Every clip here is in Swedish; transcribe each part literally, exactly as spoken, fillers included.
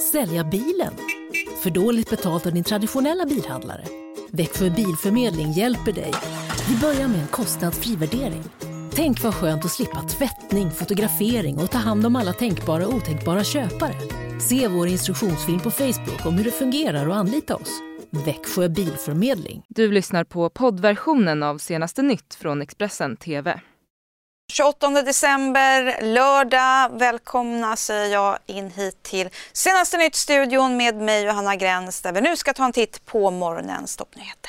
Sälja bilen? För dåligt betalt av din traditionella bilhandlare? Växjö Bilförmedling hjälper dig. Vi börjar med en kostnadsfri värdering. Tänk vad skönt att slippa tvättning, fotografering och ta hand om alla tänkbara och otänkbara köpare. Se vår instruktionsfilm på Facebook om hur det fungerar och anlita oss. Växjö Bilförmedling. Du lyssnar på poddversionen av Senaste Nytt från Expressen T V. tjugoåttonde december, lördag. Välkomna säger jag in hit till Senaste Nytt-studion med mig Johanna Gräns, där vi nu ska ta en titt på morgonens toppnyheter.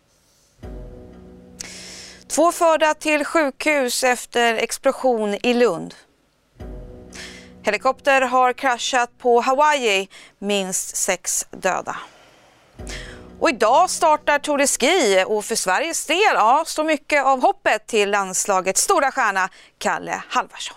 Två förda till sjukhus efter explosion i Lund. Helikopter har kraschat på Hawaii, minst sex döda. Och idag startar Tour de Ski och för Sveriges del ja, står mycket av hoppet till landslagets stora stjärna Kalle Halvarsson.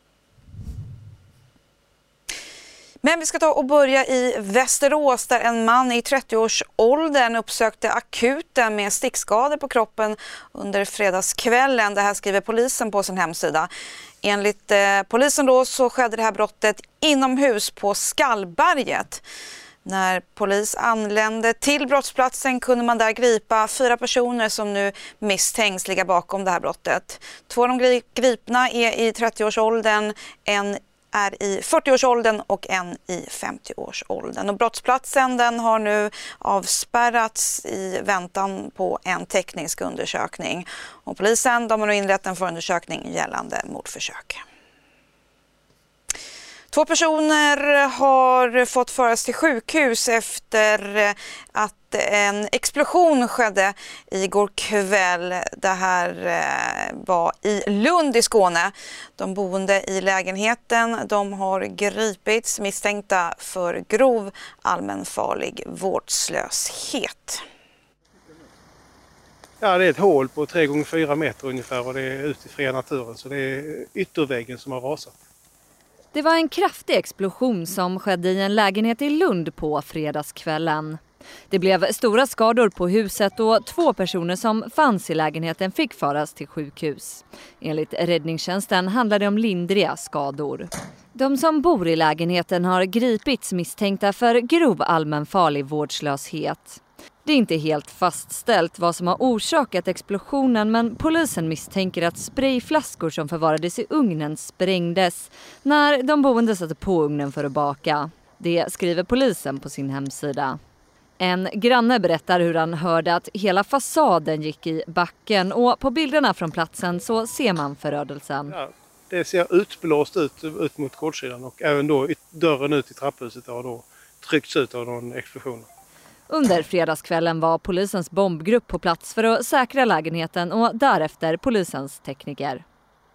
Men vi ska ta och börja i Västerås där en man i trettioårsåldern uppsökte akuten med stickskador på kroppen under fredagskvällen. Det här skriver polisen på sin hemsida. Enligt eh, polisen då så skedde det här brottet inomhus på Skallberget. När polis anlände till brottsplatsen kunde man där gripa fyra personer som nu misstänks ligga bakom det här brottet. Två av de gripna är i trettioårsåldern, en är i fyrtioårsåldern och en i femtioårsåldern. Och brottsplatsen den har nu avspärrats i väntan på en teknisk undersökning. Och polisen de har nu inlett en förundersökning gällande mordförsök. Två personer har fått föras till sjukhus efter att en explosion skedde igår kväll. Det här var i Lund i Skåne. De boende i lägenheten de har gripits misstänkta för grov allmänfarlig vårdslöshet. Ja, det är ett hål på tre gånger fyra meter ungefär och det är ute i fria naturen så det är ytterväggen som har rasat. Det var en kraftig explosion som skedde i en lägenhet i Lund på fredagskvällen. Det blev stora skador på huset och två personer som fanns i lägenheten fick föras till sjukhus. Enligt räddningstjänsten handlar det om lindriga skador. De som bor i lägenheten har gripits misstänkta för grov allmänfarlig vårdslöshet. Det är inte helt fastställt vad som har orsakat explosionen men polisen misstänker att sprayflaskor som förvarades i ugnen sprängdes när de boende satte på ugnen för att baka. Det skriver polisen på sin hemsida. En granne berättar hur han hörde att hela fasaden gick i backen och på bilderna från platsen så ser man förödelsen. Ja, det ser utblåst ut, ut mot gårdssidan och även då dörren ut i trapphuset har då tryckts ut av någon explosion. Under fredagskvällen var polisens bombgrupp på plats för att säkra lägenheten och därefter polisens tekniker.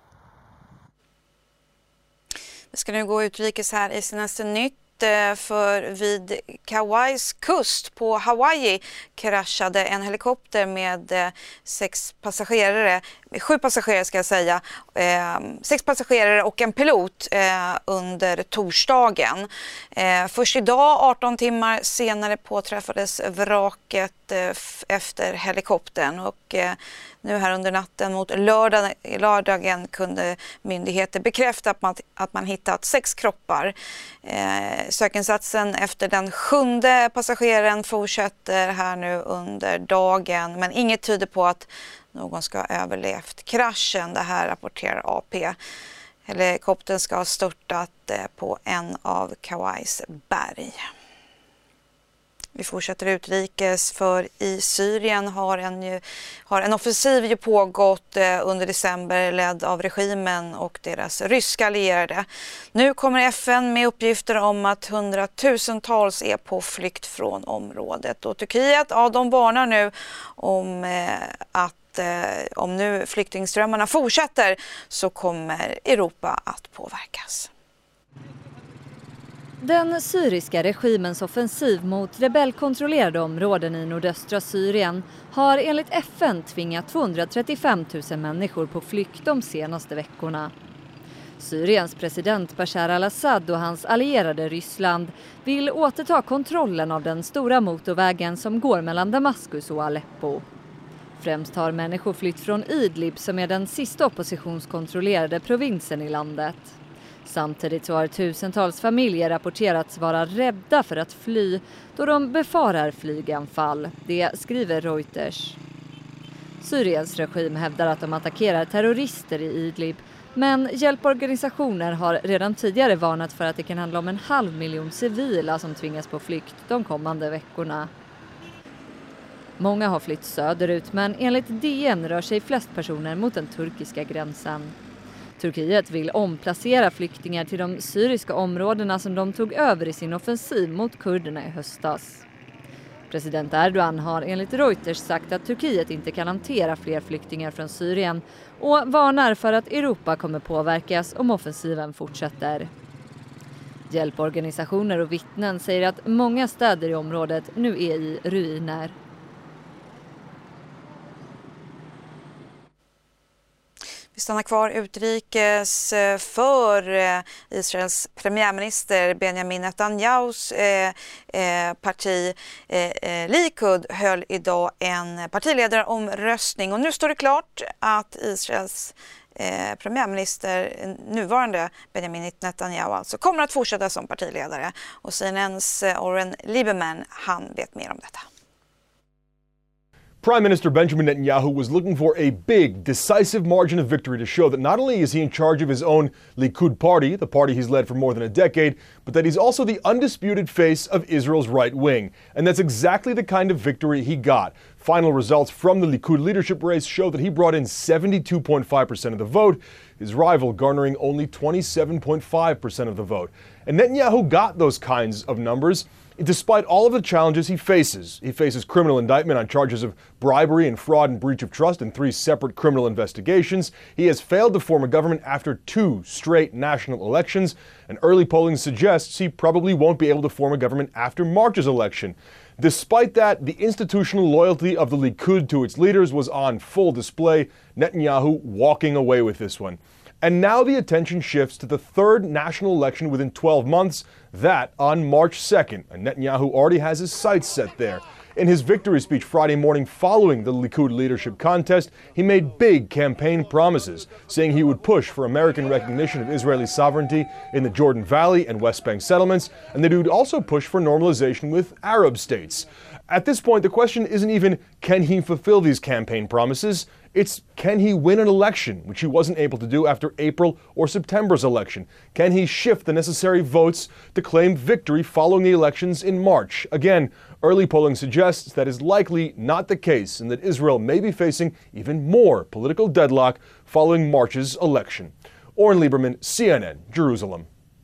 Vi ska nu gå utrikes här i Senaste Nytt. För vid Kauais kust på Hawaii kraschade en helikopter med sex passagerare, sju passagerare ska jag säga, eh, sex passagerare och en pilot eh, under torsdagen. Eh, först idag, arton timmar senare, påträffades vraket eh, efter helikoptern och eh, nu här under natten mot lördag, lördagen kunde myndigheter bekräfta att man, att man hittat sex kroppar. Eh, sökinsatsen efter den sjunde passageraren fortsätter här nu under dagen men inget tyder på att någon ska ha överlevt kraschen. Det här rapporterar A P. Helikoptern ska ha störtat på en av Kauais berg. Vi fortsätter utrikes för i Syrien har en, ju, har en offensiv ju pågått under december ledd av regimen och deras ryska allierade. Nu kommer F N med uppgifter om att hundratusentals är på flykt från området. Och Turkiet, ja, de varnar nu om eh, att eh, om nu flyktingströmmarna fortsätter så kommer Europa att påverkas. Den syriska regimens offensiv mot rebellkontrollerade områden i nordöstra Syrien har enligt F N tvingat tvåhundratrettiofem tusen människor på flykt de senaste veckorna. Syriens president Bashar al-Assad och hans allierade Ryssland vill återta kontrollen av den stora motorvägen som går mellan Damaskus och Aleppo. Främst har människor flytt från Idlib som är den sista oppositionskontrollerade provinsen i landet. Samtidigt så har tusentals familjer rapporterats vara rädda för att fly då de befarar flyganfall. Det skriver Reuters. Syriens regim hävdar att de attackerar terrorister i Idlib, men hjälporganisationer har redan tidigare varnat för att det kan handla om en halv miljon civila som tvingas på flykt de kommande veckorna. Många har flytt söderut, men enligt D N rör sig flest personer mot den turkiska gränsen. Turkiet vill omplacera flyktingar till de syriska områdena som de tog över i sin offensiv mot kurderna i höstas. President Erdogan har enligt Reuters sagt att Turkiet inte kan hantera fler flyktingar från Syrien och varnar för att Europa kommer påverkas om offensiven fortsätter. Hjälporganisationer och vittnen säger att många städer i området nu är i ruiner. Vi stannar kvar utrikes för Israels premiärminister Benjamin Netanyahus parti Likud höll idag en partiledaromröstning. Och nu står det klart att Israels premiärminister, nuvarande Benjamin Netanyahu, alltså kommer att fortsätta som partiledare. Och C N N:s Oren Lieberman, han vet mer om detta. Prime Minister Benjamin Netanyahu was looking for a big, decisive margin of victory to show that not only is he in charge of his own Likud party, the party he's led for more than a decade, but that he's also the undisputed face of Israel's right wing. And that's exactly the kind of victory he got. Final results from the Likud leadership race show that he brought in seventy-two point five percent of the vote, his rival garnering only twenty-seven point five percent of the vote. And Netanyahu got those kinds of numbers despite all of the challenges he faces. He faces criminal indictment on charges of bribery and fraud and breach of trust in three separate criminal investigations. He has failed to form a government after two straight national elections, and early polling suggests he probably won't be able to form a government after March's election. Despite that, the institutional loyalty of the Likud to its leaders was on full display, Netanyahu walking away with this one. And now the attention shifts to the third national election within twelve months, that on March second. And Netanyahu already has his sights set there. In his victory speech Friday morning following the Likud leadership contest, he made big campaign promises, saying he would push for American recognition of Israeli sovereignty in the Jordan Valley and West Bank settlements, and that he would also push for normalization with Arab states. At this point, the question isn't even, can he fulfill these campaign promises? It's, can he win an election, which he wasn't able to do after April or September's election? Can he shift the necessary votes to claim victory following the elections in March? Again, early polling suggests that is likely not the case and that Israel may be facing even more political deadlock following March's election. Oren Lieberman, C N N, Jerusalem.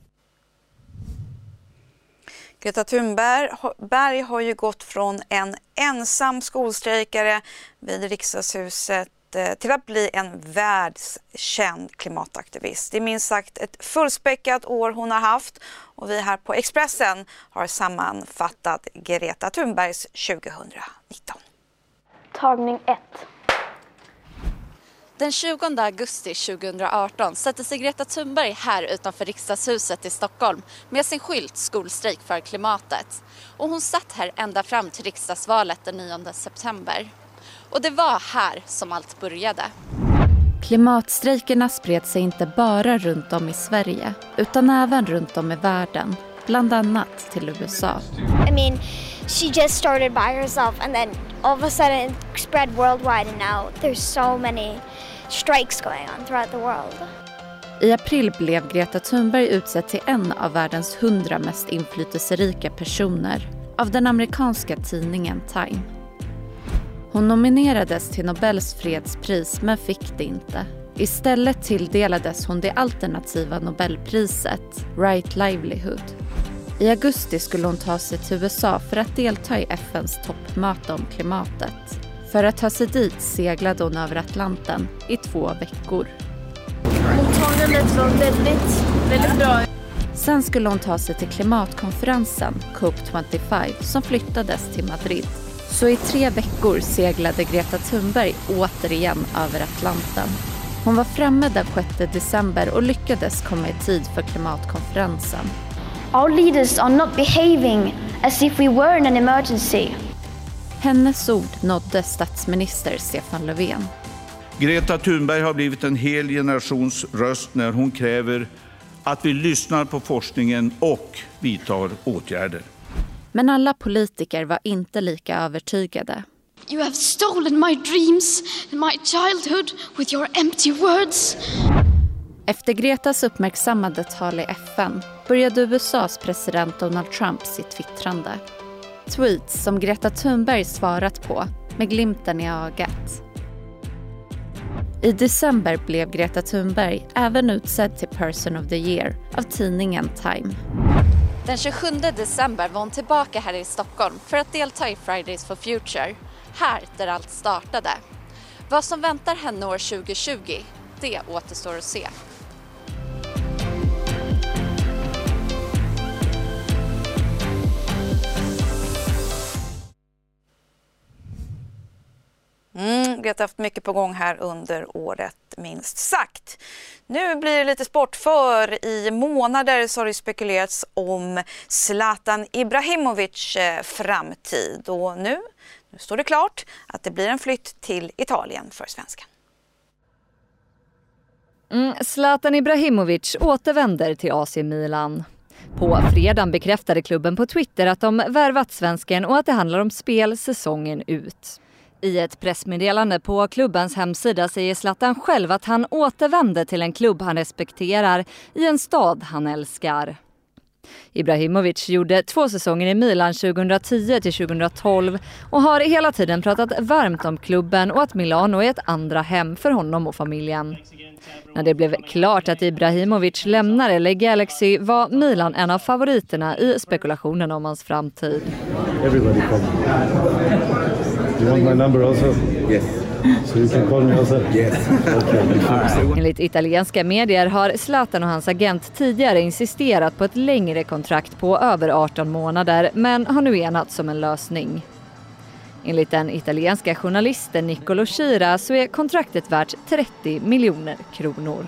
Greta Thunberg har ju gått från en ensam skolstrejkare vid riksdagshuset till att bli en världskänd klimataktivist. Det är minst sagt ett fullspäckat år hon har haft, och vi här på Expressen har sammanfattat Greta Thunbergs tjugonitton. Tagning ett. Den tjugonde augusti tjugoarton sätter sig Greta Thunberg här utanför riksdagshuset i Stockholm med sin skylt skolstrejk för klimatet. Och hon satt här ända fram till riksdagsvalet den nionde september. Och det var här som allt började. Klimatstrejkerna spred sig inte bara runt om i Sverige utan även runt om i världen, bland annat till U S A. I mean, she just started by herself and then all of a sudden it spread worldwide, and now there's so many strikes going on throughout the world. I april blev Greta Thunberg utsedd till en av världens hundra mest inflytelserika personer av den amerikanska tidningen Time. Hon nominerades till Nobels fredspris men fick det inte. Istället tilldelades hon det alternativa Nobelpriset, Right Livelihood. I augusti skulle hon ta sig till U S A för att delta i F N:s toppmöte om klimatet. För att ta sig dit seglade hon över Atlanten i två veckor. Mottagandet var väldigt, väldigt bra. Sen skulle hon ta sig till klimatkonferensen C O P tjugofem som flyttades till Madrid. Så i tre veckor seglade Greta Thunberg återigen över Atlanten. Hon var framme den sjätte december och lyckades komma i tid för klimatkonferensen. Our leaders are not behaving as if we were in an emergency. Hennes ord nådde statsminister Stefan Löfven. Greta Thunberg har blivit en hel generations röst när hon kräver att vi lyssnar på forskningen och vidtar åtgärder. Men alla politiker var inte lika övertygade. You have stolen my dreams and my childhood with your empty words. Efter Gretas uppmärksammade tal i F N började U S A:s president Donald Trump sitt twittrande. Tweets som Greta Thunberg svarat på med glimten i ögat. I december blev Greta Thunberg även utsedd till Person of the Year av tidningen Time. Den tjugosjunde december var hon tillbaka här i Stockholm för att delta i Fridays for Future. Här där allt startade. Vad som väntar henne år tjugohundratjugo, det återstår att se. Mm, vi har haft mycket på gång här under året, minst sagt. Nu blir det lite sport, för i månader så har det spekulerats om Zlatan Ibrahimovic framtid. Och nu, nu står det klart att det blir en flytt till Italien för svenskan. Mm, Zlatan Ibrahimovic återvänder till A C Milan. På fredagen bekräftade klubben på Twitter att de värvat svensken och att det handlar om spel säsongen ut. I ett pressmeddelande på klubbens hemsida säger Zlatan själv att han återvänder till en klubb han respekterar i en stad han älskar. Ibrahimovic gjorde två säsonger i Milan tjugohundratio till tjugohundratolv och har hela tiden pratat varmt om klubben och att Milano är ett andra hem för honom och familjen. När det blev klart att Ibrahimovic lämnar L A Galaxy var Milan en av favoriterna i spekulationen om hans framtid. Everybody come. You want my number also? Yes. So you can call me also? Yes. Okay. Enligt italienska medier har Zlatan och hans agent tidigare insisterat på ett längre kontrakt på över arton månader, men har nu enats om en lösning. Enligt den italienska journalisten Nicolo Schira så är kontraktet värt trettio miljoner kronor.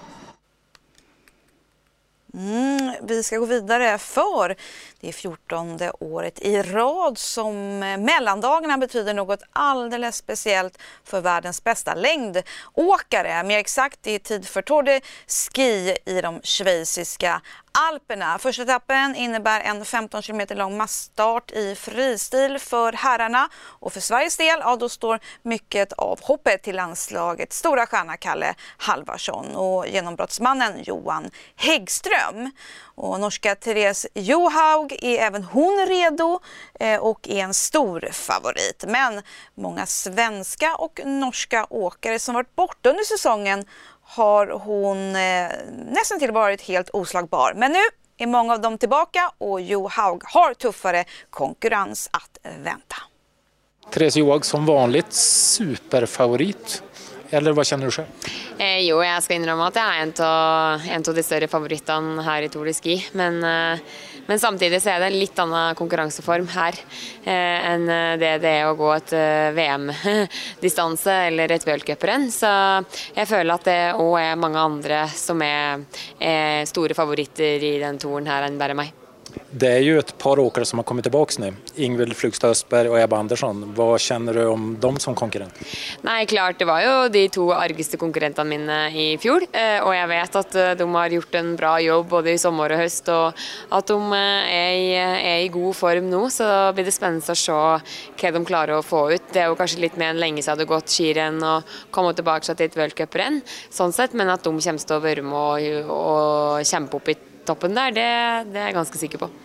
Mm, vi ska gå vidare, för det är fjortonde året i rad som mellandagarna betyder något alldeles speciellt för världens bästa längdåkare. Mer exakt i tid för Tour de Ski i de schweiziska Alperna. Första etappen innebär en femton kilometer lång massstart i fristil för herrarna, och för Sveriges del ja, då står mycket av hoppet till landslaget stora stjärna Kalle Halvarsson och genombrottsmannen Johan Häggström. Och norska Therese Johaug är även hon redo eh, och är en stor favorit. Men många svenska och norska åkare som varit borta under säsongen har hon eh, nästan till varit helt oslagbar. Men nu är många av dem tillbaka och Johaug har tuffare konkurrens att vänta. Therese Johaug som vanligt superfavorit. Eller vad känner du själv? Eh, jo, jag ska innrømme att jag är en av, en av de större favoritterna här i Tour de Ski. Men, eh, men samtidigt så är det en lite annan konkurrensform här eh, än det det är att gå ett eh, V M-distans eller ett World Cup-renn. Så jag känner att det också är många andra som är eh, stora favoriter i den touren här än bara mig. Det är ju ett par åkare som har kommit tillbaka nu. Ingvild Flugstad Östberg och Ebba Andersson. Vad känner du om dem som konkurrent? Nej, klart, det var ju de två argaste konkurrenterna mina i fjol. Och jag vet att de har gjort en bra jobb både i sommar och höst. Och att de är i, är i god form nu, så blir det spännande att se vad de klarar att få ut. Det är ju kanske lite mer än länge så hade gått skiren och komma tillbaka till ett World Cup-renn. Sånn sett, men att de kommer att vara med och, och kämpa upp i toppen där, det, det är jag ganska säker på.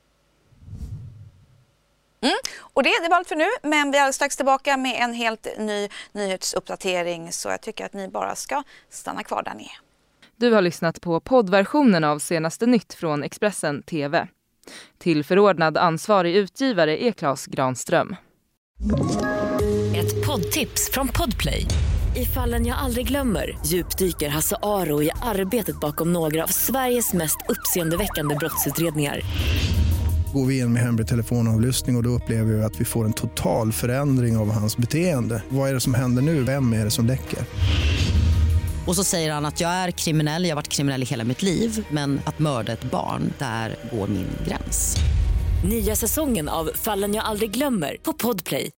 Mm. Och det, det var allt för nu, men vi är strax tillbaka med en helt ny nyhetsuppdatering, så jag tycker att ni bara ska stanna kvar där ni är. Du har lyssnat på poddversionen av Senaste Nytt från Expressen T V. Till förordnad ansvarig utgivare är Claes Granström. Ett poddtips från Podplay. I Fallen jag aldrig glömmer djupdyker Hasse Aro i arbetet bakom några av Sveriges mest uppseendeväckande brottsutredningar. Går vi in med hemlig telefonavlyssning och, och då upplever vi att vi får en total förändring av hans beteende. Vad är det som händer nu? Vem är det som läcker? Och så säger han att jag är kriminell, jag har varit kriminell i hela mitt liv. Men att mörda ett barn, där går min gräns. Nya säsongen av Fallen jag aldrig glömmer på Podplay.